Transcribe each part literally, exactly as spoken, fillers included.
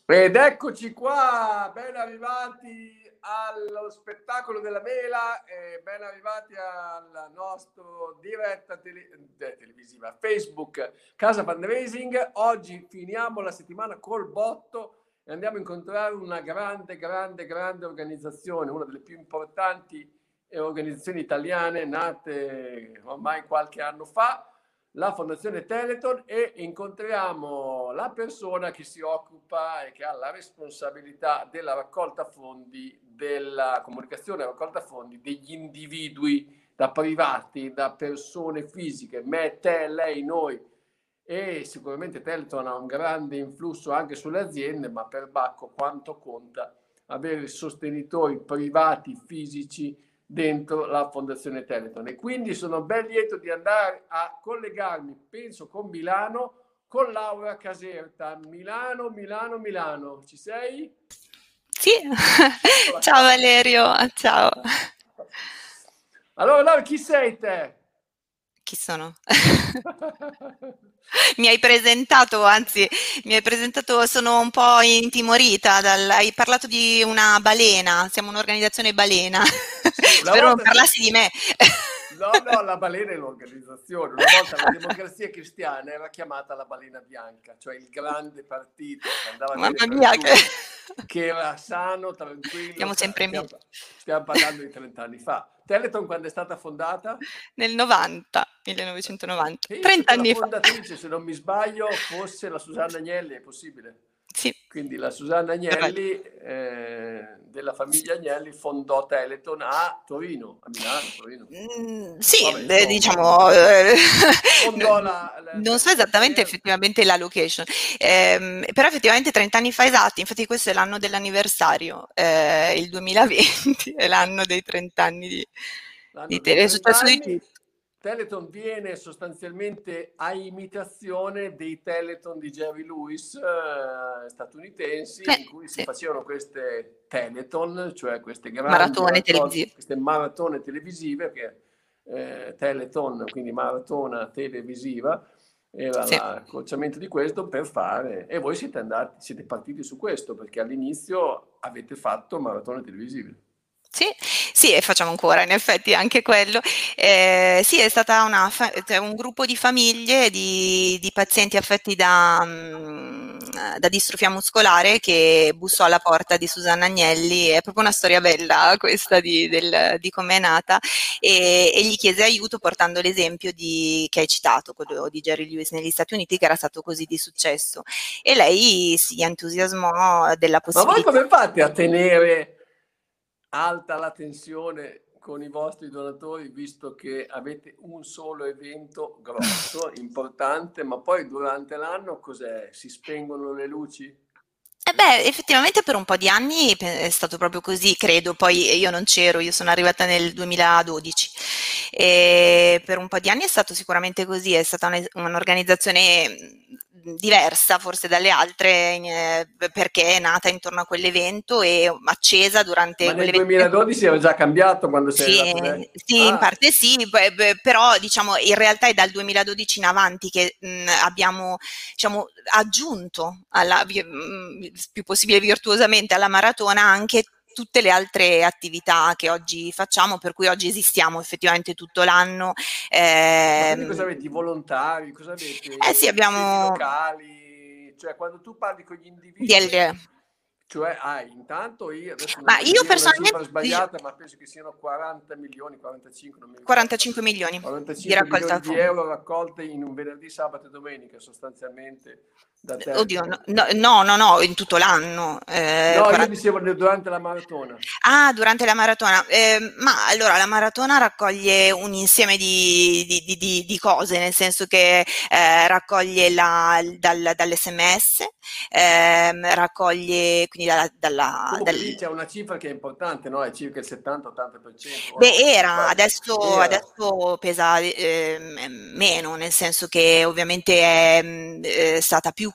Ed eccoci qua, ben arrivati allo spettacolo della mela e ben arrivati al nostro diretta tele, eh, televisiva Facebook Casa Fundraising. Oggi finiamo la settimana col botto e andiamo a incontrare una grande, grande, grande organizzazione, una delle più importanti organizzazioni italiane nate ormai qualche anno fa, la Fondazione Telethon, e incontriamo la persona che si occupa e che ha la responsabilità della raccolta fondi, della comunicazione e raccolta fondi degli individui, da privati, da persone fisiche, me, te, lei, noi, e sicuramente Telethon ha un grande influsso anche sulle aziende, ma per Bacco quanto conta avere sostenitori privati fisici dentro la Fondazione Telethon. E quindi sono ben lieto di andare a collegarmi, penso con Milano, con Laura Caserta. Milano, Milano, Milano, ci sei? Sì, ciao Valerio, ciao. Allora Laura, chi sei te? Chi sono? Mi hai presentato, anzi, mi hai presentato, sono un po' intimorita, dal, hai parlato di una balena, siamo un'organizzazione balena, Sì, spero non parlassi di me. No, no, la balena è l'organizzazione. Una volta la Democrazia Cristiana era chiamata la balena bianca, cioè il grande partito che andava bene Mamma per mia, tutti, che... che era sano, tranquillo. Siamo sempre Stiamo, meglio. stiamo parlando di trent'anni fa. Telethon quando è stata fondata? Nel novanta, millenovecentonovanta, Penso che la trent'anni fa. fondatrice, se non mi sbaglio, fosse la Susanna Agnelli, è possibile? Sì, Quindi la Susanna dovrebbe. Agnelli, eh, della famiglia Agnelli, fondò Telethon a Torino, a Milano, Torino. Mm, sì, Vabbè, beh, insomma, diciamo, eh, fondò la, la, non so il esattamente quartiere. effettivamente la location, ehm, però effettivamente trenta anni fa esatti, infatti questo è l'anno dell'anniversario, eh, il duemilaventi è l'anno dei trenta anni di, L'anno di dei Tele, è successo di trent'anni. tutto. Telethon viene sostanzialmente a imitazione dei Telethon di Jerry Lewis eh, statunitensi, Eh, in cui si sì, facevano queste Telethon, cioè queste grandi maratone raccolte, televisive. queste maratone televisive, che eh, Telethon, quindi maratona televisiva, era Sì. l'accorciamento di questo per fare, e voi siete andati, siete partiti su questo, perché all'inizio avete fatto maratone televisive. Sì, sì, e facciamo ancora in effetti anche quello. Eh, sì, è stata una fa- cioè, un gruppo di famiglie di, di pazienti affetti da, mm, da distrofia muscolare che bussò alla porta di Susanna Agnelli. È proprio una storia bella questa di, del- di come è nata, e, e gli chiese aiuto portando l'esempio di, che hai citato, quello di Jerry Lewis negli Stati Uniti, che era stato così di successo. E lei si entusiasmò della Ma voi possibilità. come fate a tenere alta la tensione con i vostri donatori, visto che avete un solo evento grosso, importante, ma poi durante l'anno cos'è? Si spengono le luci? Eh beh, effettivamente per un po' di anni pe- è stato proprio così, credo, poi io non c'ero, io sono arrivata nel duemiladodici e per un po' di anni è stato sicuramente così, è stata un- un'organizzazione mh, diversa forse dalle altre, in- eh, perché è nata intorno a quell'evento e accesa Ma durante nel quell'evento. duemiladodici era già cambiato quando sei Sì, arrivato te? sì, in Ah, parte sì, beh, beh, però diciamo in realtà è dal duemiladodici in avanti che mh, abbiamo diciamo, aggiunto alla, vi- mh, il più possibile virtuosamente alla maratona anche tutte le altre attività che oggi facciamo, per cui oggi esistiamo effettivamente tutto l'anno. ma quindi cosa Ehm, avete? I volontari? Cosa eh sì, avete? Gli enti abbiamo locali? Cioè, quando tu parli con gli individui, D L. cioè hai, intanto io adesso non Ma voglio io dire una cifra personalmente dic- sbagliata, ma penso che siano quaranta milioni, quarantacinque, non mi ricordo, quarantacinque milioni di quarantacinque milioni raccolta di fondi. euro raccolti in un venerdì, sabato e domenica, sostanzialmente da Oddio, no, Telethon. no, no, no, no, in tutto l'anno. eh, No, io quaranta dicevo durante la maratona. Ah, durante la maratona. Ehm, ma allora la maratona raccoglie un insieme di, di- di- di- di cose, nel senso che eh, raccoglie la, dal, dall'esse emme esse, ehm, raccoglie quindi dalla, dalla- Comunque dal, lì c'è una cifra che è importante, no? È circa il settanta-ottanta per cento, o no? beh, Non mi era, sbaglio. adesso, Era. adesso pesa ehm, meno, nel senso che ovviamente è mh, eh, stata più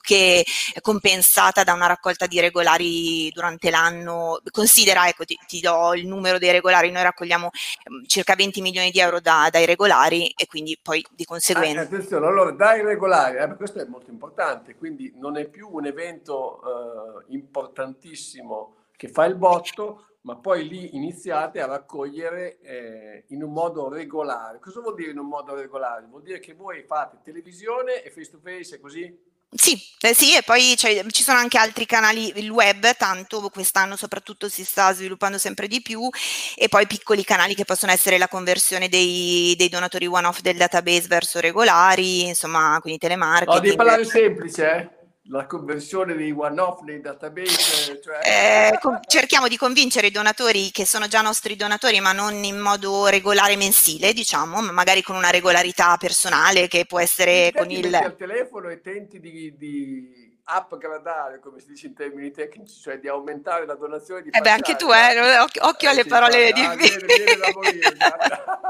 che compensata da una raccolta di regolari durante l'anno. Considera, ecco, ti, ti do il numero dei regolari, noi raccogliamo ehm, circa venti milioni di euro da, dai regolari e quindi poi di Ah, conseguenza. attenzione, allora dai regolari, eh, questo è molto importante, quindi non è più un evento eh, importantissimo che fa il botto, ma poi lì iniziate a raccogliere eh, in un modo regolare. Cosa vuol dire in un modo regolare? Vuol dire che voi fate televisione e face to face, è così? Sì, eh sì, e poi cioè, ci sono anche altri canali, il web, tanto quest'anno soprattutto si sta sviluppando sempre di più, e poi piccoli canali che possono essere la conversione dei, dei donatori one-off del database verso regolari, insomma, quindi No, devi telemarketing. parlare semplice, eh? La conversione dei one-off nei database, cioè... Eh, con- cerchiamo di convincere i donatori che sono già nostri donatori, ma non in modo regolare mensile, diciamo, ma magari con una regolarità personale che può Quindi essere te con ti il... metti al telefono e tenti di, di upgradare, come si dice in termini tecnici, cioè di aumentare la donazione, di Eh beh, anche passare tu, da... eh, occhio, occhio Eh alle sì, infatti, parole ah, viene, viene da morire, difficili. guarda.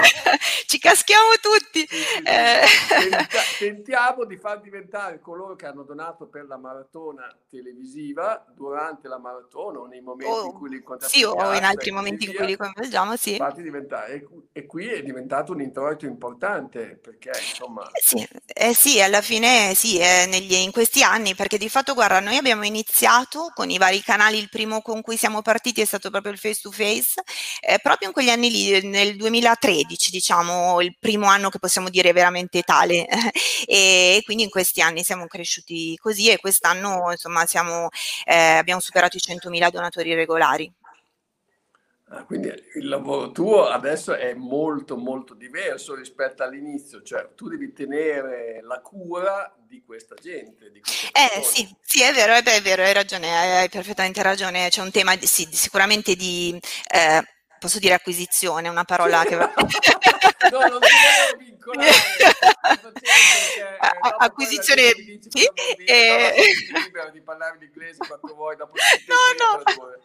Ci caschiamo tutti. Sì, sì, sì. Eh. Tenta- tentiamo di far diventare coloro che hanno donato per la maratona televisiva, durante la maratona o nei momenti in O, cui li incontrate sì, in o in piazza e altri così momenti in cui via, li coinvolgiamo, sì. farti diventare. E, e qui è diventato un introito importante, perché insomma... Eh sì, eh sì, alla fine sì, eh, negli- in questi anni, perché di fatto, guarda, noi abbiamo iniziato con i vari canali, il primo con cui siamo partiti è stato proprio il face to face, eh, proprio in quegli anni lì, nel duemilatredici, diciamo, il primo anno che possiamo dire veramente tale, e quindi in questi anni siamo cresciuti così e quest'anno, insomma, siamo, eh, abbiamo superato i centomila donatori regolari. Ah, quindi il lavoro tuo adesso è molto molto diverso rispetto all'inizio, cioè tu devi tenere la cura di questa gente, di queste Eh persone. sì, sì, è vero, è, beh, è vero, hai ragione, hai, hai perfettamente ragione. C'è un tema di- sì, di- sicuramente di, eh, posso dire acquisizione, una Sì. parola che va... No, non ti volevo vincolare, lo facevo perché A- eh, a- dopo poi la Acquisizione, gente mi dice sì, cosa vuol dire, no, ma e... sentiti libera di parlare in inglese quanto vuoi, dopo non ti sento io a No, no. tradurre.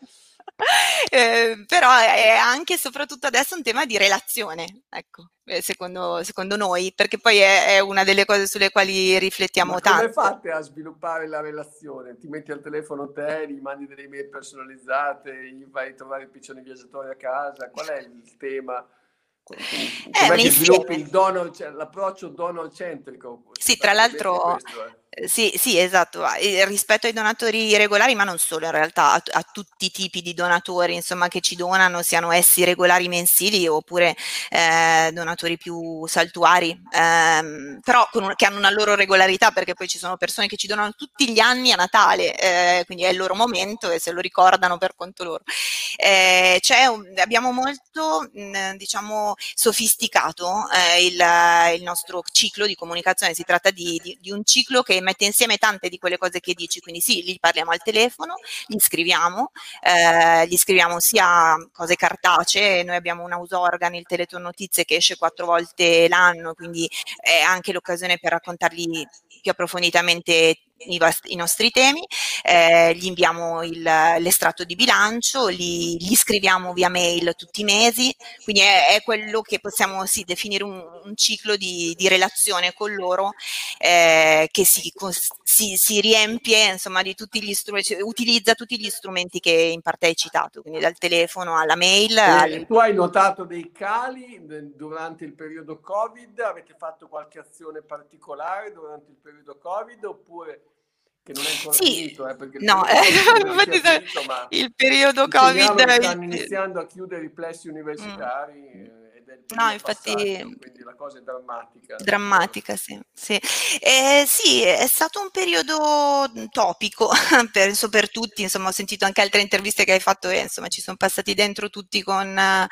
Eh, però è anche e soprattutto adesso un tema di relazione, ecco, eh, secondo, secondo noi, perché poi è, è una delle cose sulle quali Ma riflettiamo come tanto. fate a sviluppare la relazione? Ti metti al telefono te, gli mandi delle email personalizzate, gli vai a trovare il piccione viaggiatore a casa? Qual è il tema? È Com'è un che sviluppi insieme. il donor, cioè, l'approccio donor-centrico? Sì, tra Sostanzialmente l'altro, questo è. eh, sì, sì, esatto, ah, e rispetto ai donatori regolari, ma non solo in realtà, a, a tutti i tipi di donatori, insomma, che ci donano, siano essi regolari mensili oppure eh, donatori più saltuari, ehm, però con un- che hanno una loro regolarità, perché poi ci sono persone che ci donano tutti gli anni a Natale, eh, quindi è il loro momento e se lo ricordano per conto loro. Eh, c'è un- abbiamo molto, mh, diciamo, sofisticato eh, il, il nostro ciclo di comunicazione. Si tratta di, di, di un ciclo che mette insieme tante di quelle cose che dici, quindi sì, li parliamo al telefono, gli scriviamo, eh, gli scriviamo sia cose cartacee, noi abbiamo un house organ, il Teleton Notizie, che esce quattro volte l'anno, quindi è anche l'occasione per raccontargli più approfonditamente i, vast- i nostri temi, eh, gli inviamo il- l'estratto di bilancio, li, li scriviamo via mail tutti i mesi, quindi è, è quello che possiamo sì, definire un, un ciclo di, di relazione con loro, eh, che si, si, si riempie insomma di tutti gli strumenti, utilizza tutti gli strumenti che in parte hai citato, quindi dal telefono alla mail. E Al... tu hai notato dei cali durante il periodo Covid? Avete fatto qualche azione particolare durante il periodo Covid oppure che non è ancora Sì, finito, eh, perché il no, periodo Covid sembra che sia infatti sai, finito, ma il periodo ci Covid... segnalo che il- stanno iniziando a chiudere i plessi mm, universitari eh, ed è il no, primo passaggio, infatti quindi la cosa è drammatica, davvero. drammatica, sì, sì. Eh, sì, è stato un periodo topico, penso per tutti, insomma, ho sentito anche altre interviste che hai fatto e insomma ci sono passati dentro tutti con... eh,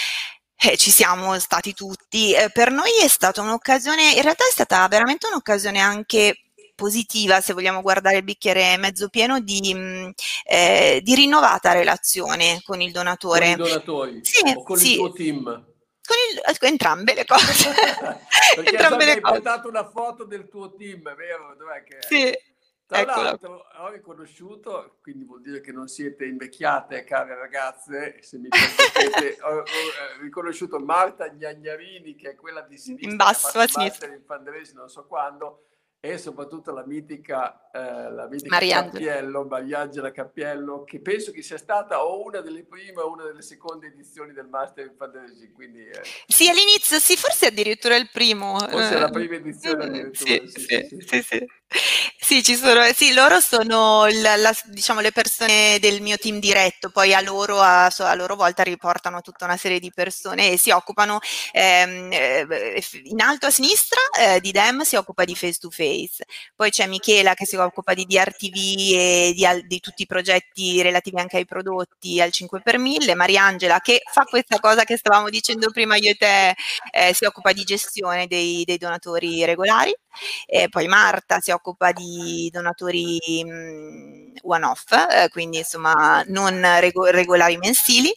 eh, ci siamo stati tutti. Eh, per noi è stata un'occasione, in realtà è stata veramente un'occasione anche positiva, se vogliamo guardare il bicchiere mezzo pieno, di, mh, eh, di rinnovata relazione con il Con i donatore. donatori Sì, o con il sì, tuo team? con il- con entrambe le cose, Perché so entrambe che le hai cose. portato una foto del tuo team, vero? Dov'è che è? Sì, Tra eccola. l'altro ho riconosciuto, quindi vuol dire che non siete invecchiate, care ragazze, se mi permettete, ho, ho, eh, riconosciuto Marta Gnagnarini, che è quella di In sinistra che ha basso fatto a il sinistra. master in fundraising non so quando, e soprattutto la mitica, eh, la mitica Mariangela. Cappiello, Mariangela Cappiello, che penso che sia stata o una delle prime o una delle seconde edizioni del Master in Fantasy, quindi eh, Sì, all'inizio, sì, forse addirittura il primo. forse è eh, la prima edizione mm, sì, addirittura, sì, sì, sì, sì. sì, sì. Sì, ci sono, sì, loro sono la- la- diciamo, le persone del mio team diretto, poi a loro, a, so- a loro volta riportano tutta una serie di persone e si occupano, ehm, eh, in alto a sinistra, eh, di Dem si occupa di face to face, poi c'è Michela che si occupa di D R T V e di, al- di tutti i progetti relativi anche ai prodotti al cinque per mille, Mariangela che fa questa cosa che stavamo dicendo prima io e te, eh, si occupa di gestione dei, dei donatori regolari, e poi Marta si occupa di donatori mh, one-off, eh, quindi insomma non rego- regolari mensili,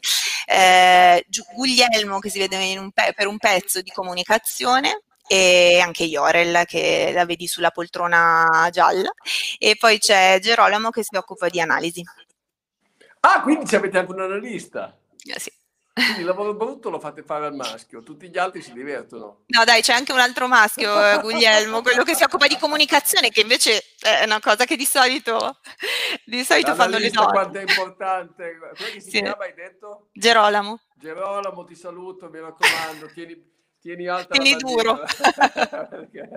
eh, Guglielmo che si vede in un pe- per un pezzo di comunicazione, e anche Jorel che la vedi sulla poltrona gialla, e poi c'è Gerolamo che si occupa di analisi. Ah, quindi ci avete anche un analista. Eh, sì. Quindi il lavoro brutto lo fate fare al maschio, tutti gli altri si divertono. No, dai, c'è anche un altro maschio, eh, Guglielmo, quello che si occupa di comunicazione, che invece è una cosa che di solito, di solito fanno le L'analista donne. quanto è importante. Come che si Sì. chiama, hai detto? Gerolamo. Gerolamo, ti saluto, mi raccomando, tieni, tieni alta la Tieni duro. bandiera. Perché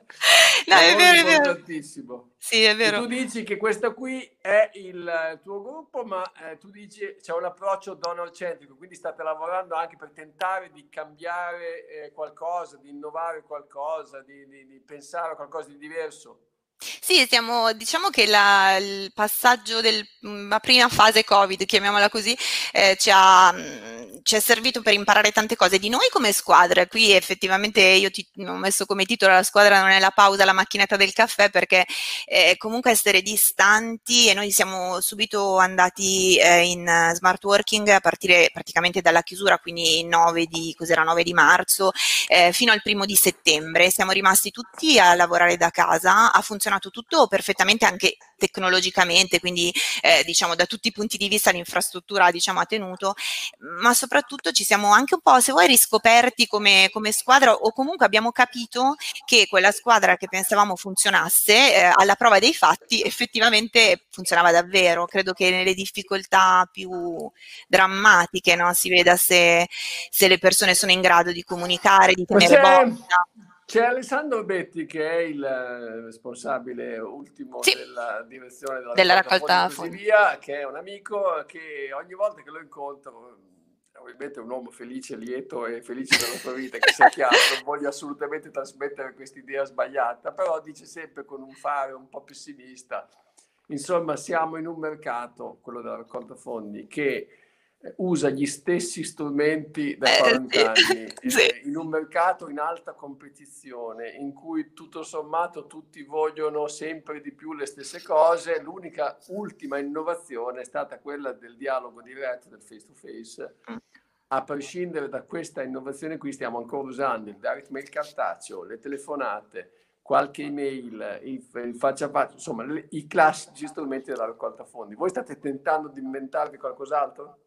No, è lavoro vero, è vero. importantissimo. Sì, è E vero. tu dici che questo qui è il tuo gruppo, ma eh, tu dici c'è un approccio donor-centrico, quindi state lavorando anche per tentare di cambiare eh, qualcosa, di innovare qualcosa, di, di, di pensare a qualcosa di diverso. Sì, siamo, diciamo che la- il passaggio della prima fase Covid, chiamiamola così, eh, ci ha, mh, ci è servito per imparare tante cose di noi come squadra. Qui effettivamente io ti ho messo come titolo la squadra non è la pausa, la macchinetta del caffè, perché eh, comunque essere distanti, e noi siamo subito andati eh, in eh, smart working a partire praticamente dalla chiusura, quindi nove di, cos'era, nove di marzo, eh, fino al primo di settembre. Siamo rimasti tutti a lavorare da casa, ha funzionato tutto perfettamente anche tecnologicamente, quindi eh, diciamo da tutti i punti di vista l'infrastruttura diciamo, ha tenuto, ma soprattutto ci siamo anche un po', se vuoi, riscoperti come, come squadra, o comunque abbiamo capito che quella squadra che pensavamo funzionasse, eh, alla prova dei fatti effettivamente funzionava davvero. Credo che nelle difficoltà più drammatiche, no, si veda se, se le persone sono in grado di comunicare, di Ma tenere c'è, botta. c'è Alessandro Betti che è il eh, responsabile ultimo Sì, della direzione della della raccolta fondi e raccolta così fondi. via, che è un amico che ogni volta che lo incontro, ovviamente è un uomo felice, lieto e felice della sua vita, che sia chiaro, non voglio assolutamente trasmettere questa idea sbagliata, però dice sempre con un fare un po' pessimista. Insomma, siamo in un mercato, quello della raccolta fondi, che usa gli stessi strumenti da Eh, quaranta anni, sì, sì. eh, in un mercato in alta competizione, in cui tutto sommato tutti vogliono sempre di più le stesse cose. L'unica ultima innovazione è stata quella del dialogo diretto, del face to face. A prescindere da questa innovazione qui stiamo ancora usando il direct mail cartaceo, le telefonate, qualche email, il, il faccia a faccia, insomma le, i classici strumenti della raccolta fondi. Voi state tentando di inventarvi qualcos'altro?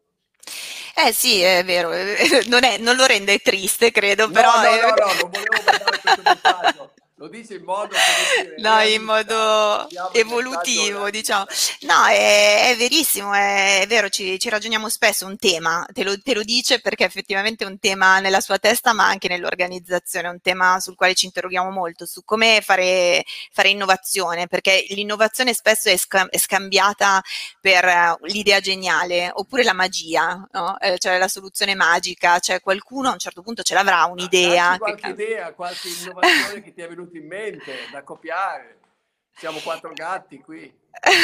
Eh sì, è vero, non, è, non lo rende triste, credo, però... No, no, È... no, no, non volevo mandare questo messaggio. Lo dice in modo, come dire, No, in realista. modo Diamo il messaggio evolutivo, diciamo. realista. No, è, è verissimo, è, è vero, ci, ci ragioniamo spesso, un tema, te lo, te lo dice perché effettivamente è un tema nella sua testa, ma anche nell'organizzazione, è un tema sul quale ci interroghiamo molto, su come fare, fare innovazione, perché l'innovazione spesso è, sca- è scambiata per eh, l'idea geniale, oppure la magia, no? Eh, cioè la soluzione magica, cioè qualcuno a un certo punto ce l'avrà Ma dacci un'idea. Che... qualche idea, qualche innovazione che ti è venuta in mente da copiare. Siamo quattro gatti qui.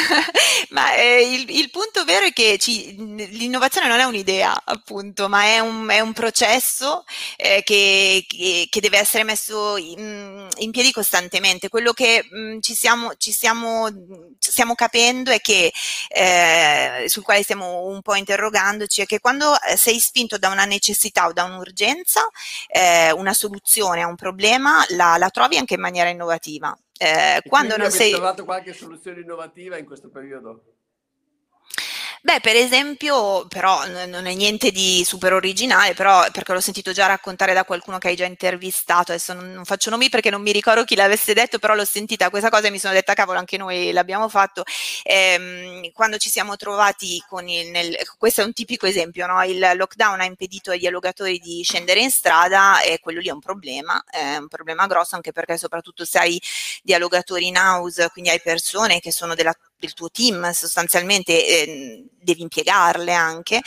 Ma eh, il, il punto vero è che ci- l'innovazione non è un'idea, appunto, ma è un, è un processo eh, che, che- che deve essere messo in, in piedi costantemente. Quello che mh, ci stiamo, ci stiamo, ci stiamo capendo è che, eh, sul quale stiamo un po' interrogandoci, è che quando eh, sei spinto da una necessità o da un'urgenza, eh, una soluzione a un problema la, la trovi anche in maniera innovativa. Eh, E quando quindi non avete sei... trovato qualche soluzione innovativa in questo periodo? Beh, per esempio, però n- non è niente di super originale, però perché l'ho sentito già raccontare da qualcuno che hai già intervistato, adesso non, non faccio nomi perché non mi ricordo chi l'avesse detto, però l'ho sentita questa cosa e mi sono detta, cavolo, anche noi l'abbiamo fatto. Ehm, quando ci siamo trovati con il, nel, questo è un tipico esempio, no? Il lockdown ha impedito ai dialogatori di scendere in strada e quello lì è un problema, è un problema grosso anche perché soprattutto se hai dialogatori in house, quindi hai persone che sono della del tuo team sostanzialmente eh, devi impiegarle anche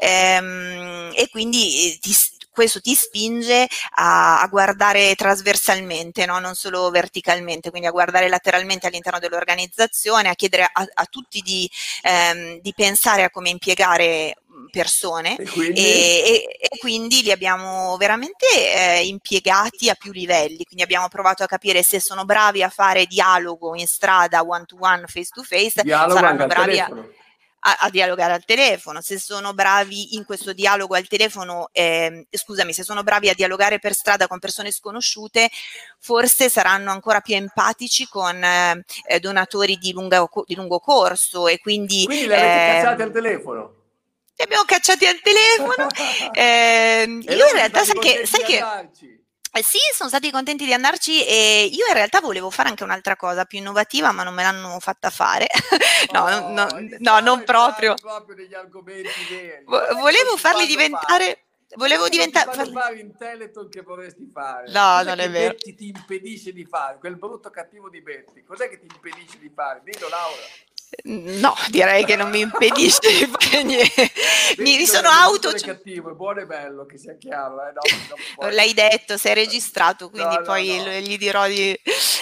ehm, e quindi ti, questo ti spinge a, a guardare trasversalmente, no? Non solo verticalmente, quindi a guardare lateralmente all'interno dell'organizzazione, a chiedere a, a tutti di, ehm, di pensare a come impiegare persone E quindi? e, e, e quindi li abbiamo veramente eh, impiegati a più livelli, quindi abbiamo provato a capire se sono bravi a fare dialogo in strada one to one, face to face, Dialogo anche saranno al bravi a, telefono. a, a dialogare al telefono, se sono bravi in questo dialogo al telefono, eh, scusami, se sono bravi a dialogare per strada con persone sconosciute, forse saranno ancora più empatici con eh, donatori di, lunga, di lungo corso e quindi Quindi li avete cacciati al ehm, telefono? li abbiamo cacciati al telefono. Eh, E io in loro sono realtà stati sai che, contenti sai di che andarci. eh sì, sono stati contenti di andarci e io in realtà volevo fare anche un'altra cosa più innovativa, ma non me l'hanno fatta fare. No, no, no, Oh, no, iniziamo a non proprio. entrare proprio negli argomenti veri. Vo- Cos'è che non Volevo ti farli fanno fare? diventare, Cos'è volevo che non ti diventare, fanno farli... fare in Teleton che vorresti fare? No, Cos'è non è che vero. Betty ti impedisce di fare? Quel brutto cattivo di Betty. Cos'è che ti impedisce di fare? Dillo, Laura. No, direi che non mi impedisce di fare niente. Mi, Betty mi non sono è né brutto auto... né cattivo, è buono e bello, che sia chiaro, eh? Dopo, dopo poi... L'hai detto, sei registrato, quindi No, no, poi no. lo- gli dirò di...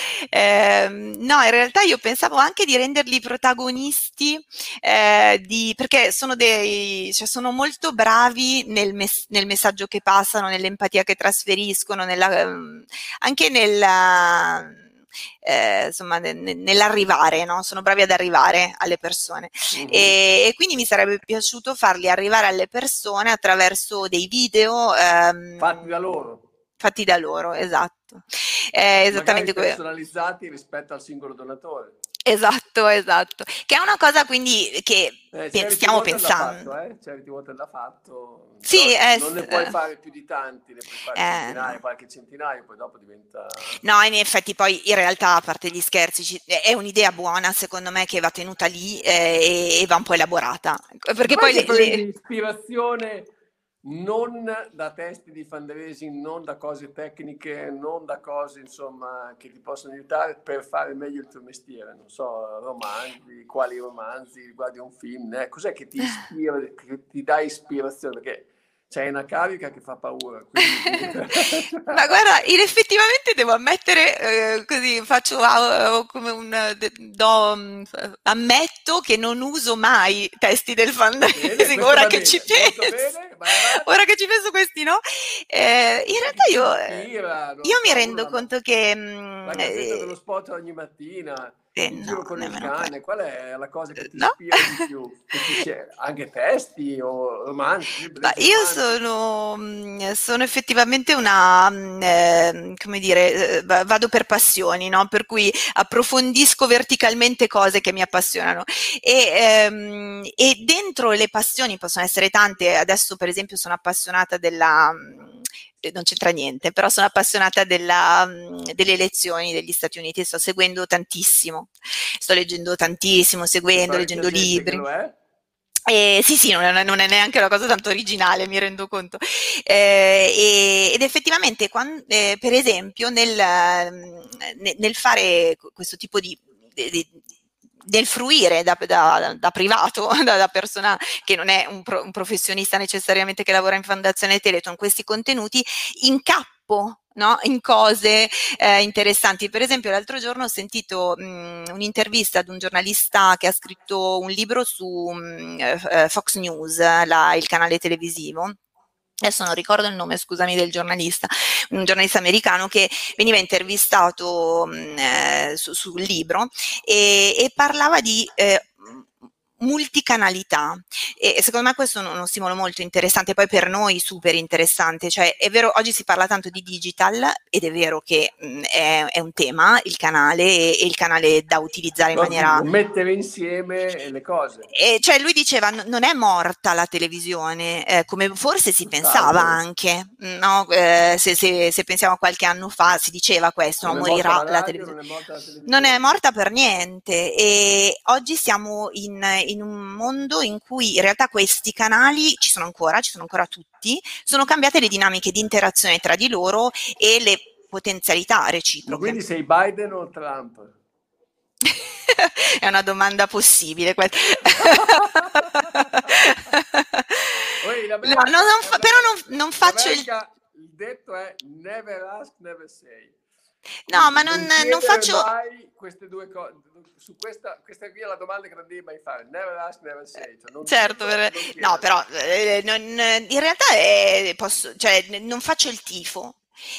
Ehm, no, in realtà io pensavo anche di renderli protagonisti, eh, di- perché sono, dei, cioè sono molto bravi nel, mes- nel messaggio che passano, nell'empatia che trasferiscono, nella, ehm, anche nella... eh, insomma, ne- ne- nell'arrivare, no? Sono bravi ad arrivare alle persone. Mhm. E, e quindi mi sarebbe piaciuto farli arrivare alle persone attraverso dei video Fatti ehm, da loro, fatti da loro, esatto. Eh, magari esattamente que- personalizzati rispetto al singolo donatore. esatto, esatto. Che è una cosa quindi che Eh, pe- Charity stiamo Water l'ha fatto, pensando. eh? Charity Water l'ha fatto, Sì, però eh, non s- ne puoi eh, fare più di tanti, ne puoi fare eh, centinaia, no. qualche centinaio, poi dopo diventa... No, in effetti poi in realtà, a parte gli scherzi, ci- è un'idea buona secondo me che va tenuta lì eh, e, e va un po' elaborata. Perché Dov'è poi che le, prendi le- ispirazione non da testi di fundraising, non da cose tecniche, non da cose insomma che ti possono aiutare per fare meglio il tuo mestiere? Non so, romanzi, quali romanzi, guardi un film, eh? Cos'è che ti ispira, che ti dà ispirazione? Perché c'è una carica che fa paura, quindi... Ma guarda, in effettivamente devo ammettere, eh, così faccio ah, come un de- do, mm, ammetto che non uso mai testi del Bene, fundraising, questo ora va che ci bene, molto penso, bene, vai avanti. ora che ci penso questi no. Eh, in Cos'è che realtà ti io, eh, ispira? Non lo io mi so, uno rendo la, ma- conto che, mm, la gazzetta dello eh, sport ogni mattina, eh, in no, giro con il nemmeno quello. cane, qual è la cosa che Eh, ti No? ispira di più? Che ti c'è? Anche testi o romanzi? Per esempio, Ma leggi io romanzi? sono, mh, sono effettivamente una, mh, eh, come dire, eh, va- vado per passioni, no? Per cui approfondisco verticalmente cose che mi appassionano. E, ehm, e dentro le passioni possono essere tante. Adesso, per esempio, sono appassionata della. mh, eh, Non c'entra niente, però sono appassionata della, mh, delle elezioni degli Stati Uniti, sto seguendo tantissimo, sto leggendo tantissimo, C'è seguendo, parecchia leggendo gente che libri. lo è? Eh, sì, sì, non è, non è neanche una cosa tanto originale, mi rendo conto. Eh, e- ed effettivamente, quan- eh, per esempio, nel, ehm, ne- nel fare questo tipo di, di- di- nel fruire da, da- da privato, da, da persona che non è un, pro- un professionista necessariamente che lavora in Fondazione Teleton, questi contenuti, incappo, no? In cose eh, interessanti. Per esempio, l'altro giorno ho sentito mh, un'intervista ad un giornalista che ha scritto un libro su mh, eh, Fox News, la- il canale televisivo. Adesso non ricordo il nome, scusami, del giornalista, un giornalista americano che veniva intervistato mh, eh, su- sul libro e, e parlava di eh, multicanalità e secondo me questo è uno stimolo molto interessante, poi per noi super interessante, cioè è vero, oggi si parla tanto di digital ed è vero che mh, è, è un tema, il canale e, e il canale da utilizzare in maniera... mettere insieme le cose. E cioè lui diceva n- non è morta la televisione, eh, come forse si pensava anche, no? Eh, se, se, se pensiamo a qualche anno fa si diceva questo, non no? è Morirà morta la la radio, televisione. non è morta la televisione. Non è morta per niente e oggi siamo in, in un mondo in cui in realtà questi canali ci sono ancora, ci sono ancora tutti, sono cambiate le dinamiche di interazione tra di loro e le potenzialità reciproche. Ma quindi sei Biden o Trump? È una domanda possibile. Oi, no, no, non fa, però non, non faccio il... Il detto è never ask, never say. No, ma non, non, non faccio... mai queste due cose. Su questa, questa qui è la domanda che non devi mai fare. Never ask, never say. Cioè, non certo, chiedere, per... non no, però eh, non, in realtà è, posso, cioè, non faccio il tifo.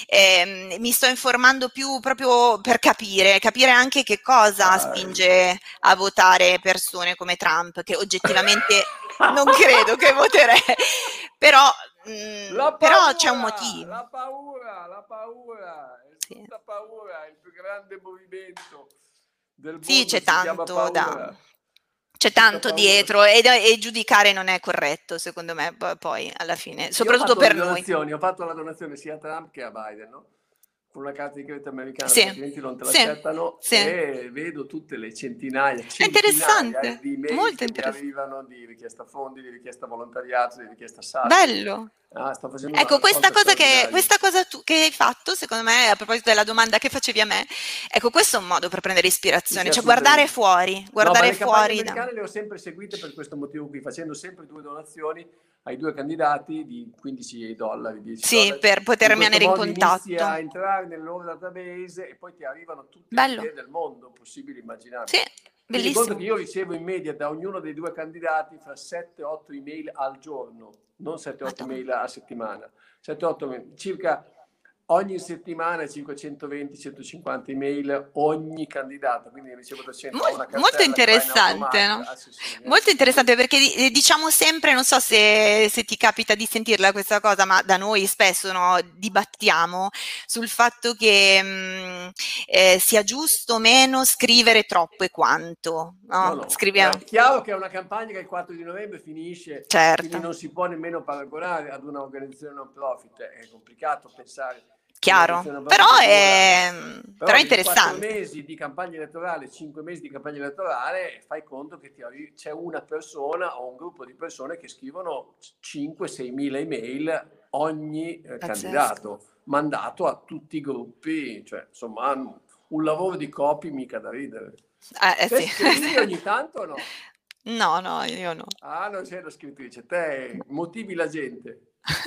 Eh, mi sto informando più proprio per capire, capire anche che cosa ah, spinge a votare persone come Trump, che oggettivamente non credo che voterei, però, mh, paura, però c'è un motivo. La paura, la paura, è sì. tutta paura, è il più grande movimento del mondo. Sì, c'è tanto da... C'è Tutta tanto paura. dietro e, e giudicare non è corretto, secondo me, poi alla fine, soprattutto per noi. Ho fatto la donazione sia a Trump che a Biden, no? Con una carta di credito americana, sì, perché altrimenti non te sì, l'accettano, sì. e vedo tutte le centinaia, centinaia interessante, di email molto che interessante. mi arrivano di richiesta fondi, di richiesta volontariato, di richiesta S A S. Bello. Ah, sto facendo ecco, questa cosa, che, questa cosa tu, che hai fatto, secondo me, a proposito della domanda che facevi a me, ecco, questo è un modo per prendere ispirazione, sì, sì, cioè guardare fuori, guardare no, ma le fuori. Le americane da... le ho sempre seguite per questo motivo qui, facendo sempre due donazioni ai due candidati di quindici dollari, dieci sì, dollari. per poter rimanere in contatto. Inizi a entrare nel loro database e poi ti arrivano tutte Bello. le idee del mondo possibili e immaginabili. Sì, Quindi bellissimo. conto che io ricevo in media da ognuno dei due candidati fra sette otto email al giorno, non sette otto email a settimana. sette otto circa ogni settimana cinquecentoventi centocinquanta email ogni candidato, quindi ricevo trecento. Mol, una molto interessante, no? ah, sì, sì, molto interessante perché diciamo sempre, non so se, se ti capita di sentirla questa cosa, ma da noi spesso no, dibattiamo sul fatto che mh, eh, sia giusto o meno scrivere troppo e quanto, no? No, no. Scriviamo. È chiaro che è una campagna che il quattro di novembre finisce, certo. Quindi non si può nemmeno paragonare ad un'organizzazione non profit, è complicato pensare. Chiaro, però è, però però è interessante. quattro mesi di campagna elettorale, cinque mesi di campagna elettorale, fai conto che ti arrivi, c'è una persona o un gruppo di persone che scrivono cinque sei mila email ogni eh, candidato, mandato a tutti i gruppi, cioè insomma hanno un lavoro di copy mica da ridere. Eh, eh, te sì. scrivi ogni tanto o no? No, no, io no. Ah, non sei la scrittrice, te motivi la gente.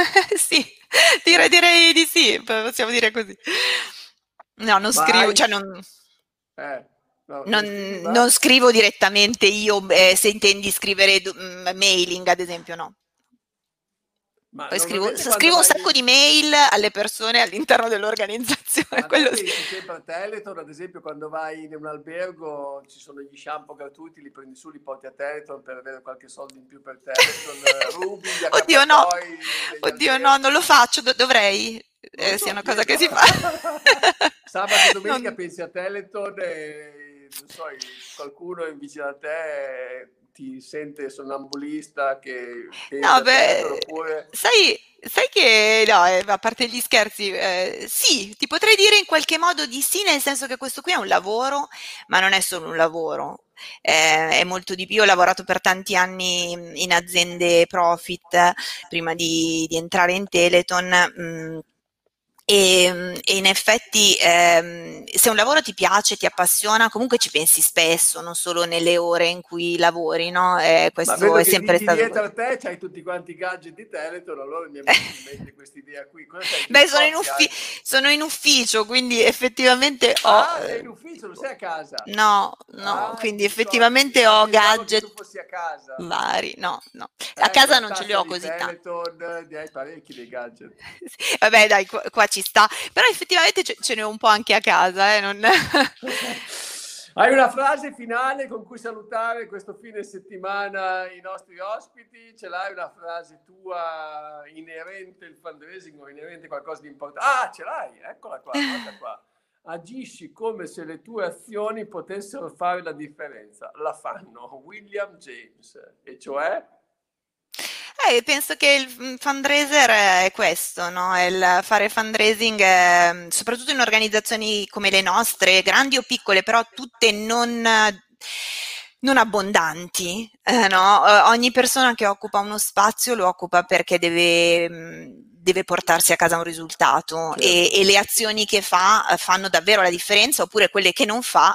Sì, direi, direi di sì, possiamo dire così. No, non Ma scrivo, hai... cioè non, eh, no, non, scrivi, non scrivo direttamente io, eh, se intendi scrivere mh, mailing, ad esempio, no. Ma Poi scrivo, scrivo un sacco di mail alle persone all'interno dell'organizzazione. Ma quello sì. Sempre a Teleton, ad esempio, quando vai in un albergo ci sono gli shampoo gratuiti, li prendi su, li porti a Teleton per avere qualche soldo in più per Teleton. Rubi, Oddio no, oddio no, non lo faccio, do- dovrei. Eh, so, sia una cosa chiedo. che si fa. Sabato e domenica non... pensi a Teleton e non so, qualcuno in vicino a te ti sente sonnambulista che no beh oppure... sai, sai che no, eh, a parte gli scherzi, eh, sì, ti potrei dire in qualche modo di sì, nel senso che questo qui è un lavoro, ma non è solo un lavoro, eh, è molto di più. Ho lavorato per tanti anni in aziende profit prima di, di entrare in Teleton. Mh, E, e in effetti ehm, se un lavoro ti piace, ti appassiona, comunque ci pensi spesso, non solo nelle ore in cui lavori, no? Eh, questo Ma vedo è che sempre di, stato. Dietro a te c'hai tutti quanti i gadget di Teleton, allora mi è venuta in mente questa idea qui. Beh, sono in, uffi- sono in ufficio, quindi effettivamente ho... Ah, sei in ufficio, non sei a casa? No, no, ah, quindi effettivamente ho gadget... Che tu fossi a casa. Vari, no, no. Eh, a casa non ce li ho così tanti. Teleton, hai parecchi dei gadget. Vabbè, dai, qua, qua ci sta. Però effettivamente ce, ce ne ho un po' anche a casa, eh, non... Hai una frase finale con cui salutare questo fine settimana i nostri ospiti? Ce l'hai una frase tua inerente al fundraising o inerente a qualcosa di importante? Ah, ce l'hai, eccola qua, guarda qua. Agisci come se le tue azioni potessero fare la differenza. La fanno William James, e cioè? Eh, penso che il f- fundraiser è questo, no? Il fare fundraising, eh, soprattutto in organizzazioni come le nostre, grandi o piccole, però tutte non, non abbondanti, eh, no? Eh, Ogni persona che occupa uno spazio lo occupa perché deve, mh, deve portarsi a casa un risultato e, Certo. e le azioni che fa eh, fanno davvero la differenza, oppure quelle che non fa,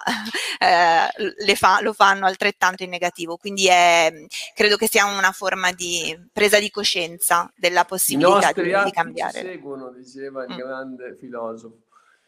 eh, le fa, lo fanno altrettanto in negativo. Quindi è, credo che sia una forma di presa di coscienza della I possibilità nostri di, di atti ci cambiare. seguono, diceva il Mm. grande filosofo.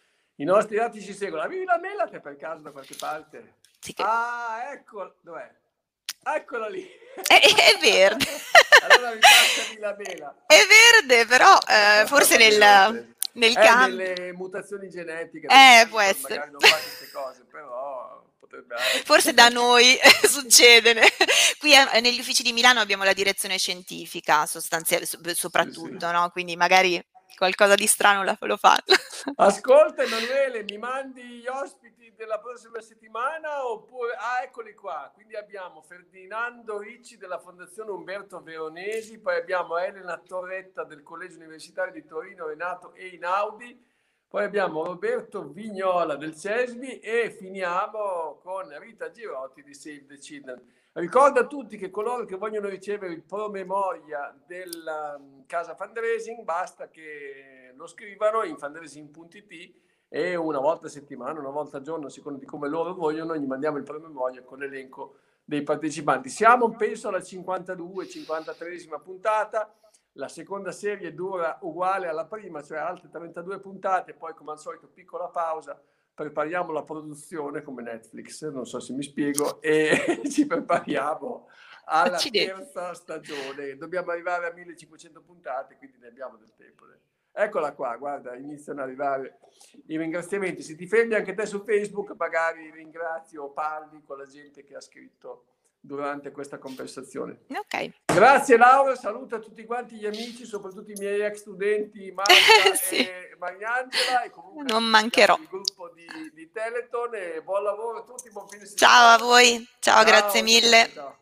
I nostri atti ci seguono. Avevi la mela te per caso da qualche parte? Sì che- Ah, ecco, dov'è? Eccola lì. È, è verde. Allora mi passami la mela. È verde, però eh, forse Va bene lo nel, stesso. nel È cambio. nelle mutazioni genetiche del Eh, può cancro, essere. magari non fa queste cose, però potrebbe Forse da essere. noi succede. Qui eh, negli uffici di Milano abbiamo la direzione scientifica, sostanzia- so- Sì, sì. soprattutto, no? Quindi magari qualcosa di strano la- lo fanno. Ascolta Emanuele, mi mandi gli ospiti della prossima settimana oppure... Ah, eccoli qua. Quindi abbiamo Ferdinando Ricci della Fondazione Umberto Veronesi, poi abbiamo Elena Torretta del Collegio Universitario di Torino, Renato Einaudi, poi abbiamo Roberto Vignola del CESMI e finiamo con Rita Girotti di Save the Children. Ricordo a tutti che coloro che vogliono ricevere il promemoria della um, casa fundraising basta che lo scrivano in fundraising punto it e una volta a settimana, una volta al giorno, a seconda di come loro vogliono, gli mandiamo il promemoria con l'elenco dei partecipanti. Siamo, penso, alla cinquantadue cinquantatreesima puntata. La seconda serie dura uguale alla prima, cioè altre trentadue puntate, poi come al solito piccola pausa, prepariamo la produzione come Netflix, non so se mi spiego, e ci prepariamo alla Accidenti. terza stagione. Dobbiamo arrivare a millecinquecento puntate, quindi ne abbiamo del tempo. Eccola qua, guarda, iniziano ad arrivare i ringraziamenti. Se ti fermi anche te su Facebook, magari ringrazi o parli con la gente che ha scritto durante questa conversazione. Ok. Grazie Laura, saluto a tutti quanti gli amici, soprattutto i miei ex studenti Marta Sì, e Mariangela e comunque non tutti gli mancherò. altri del gruppo di, di Teleton e buon lavoro a tutti, buon fine Ciao a settimana. voi, ciao, grazie Ciao, ciao, ciao, mille. ciao.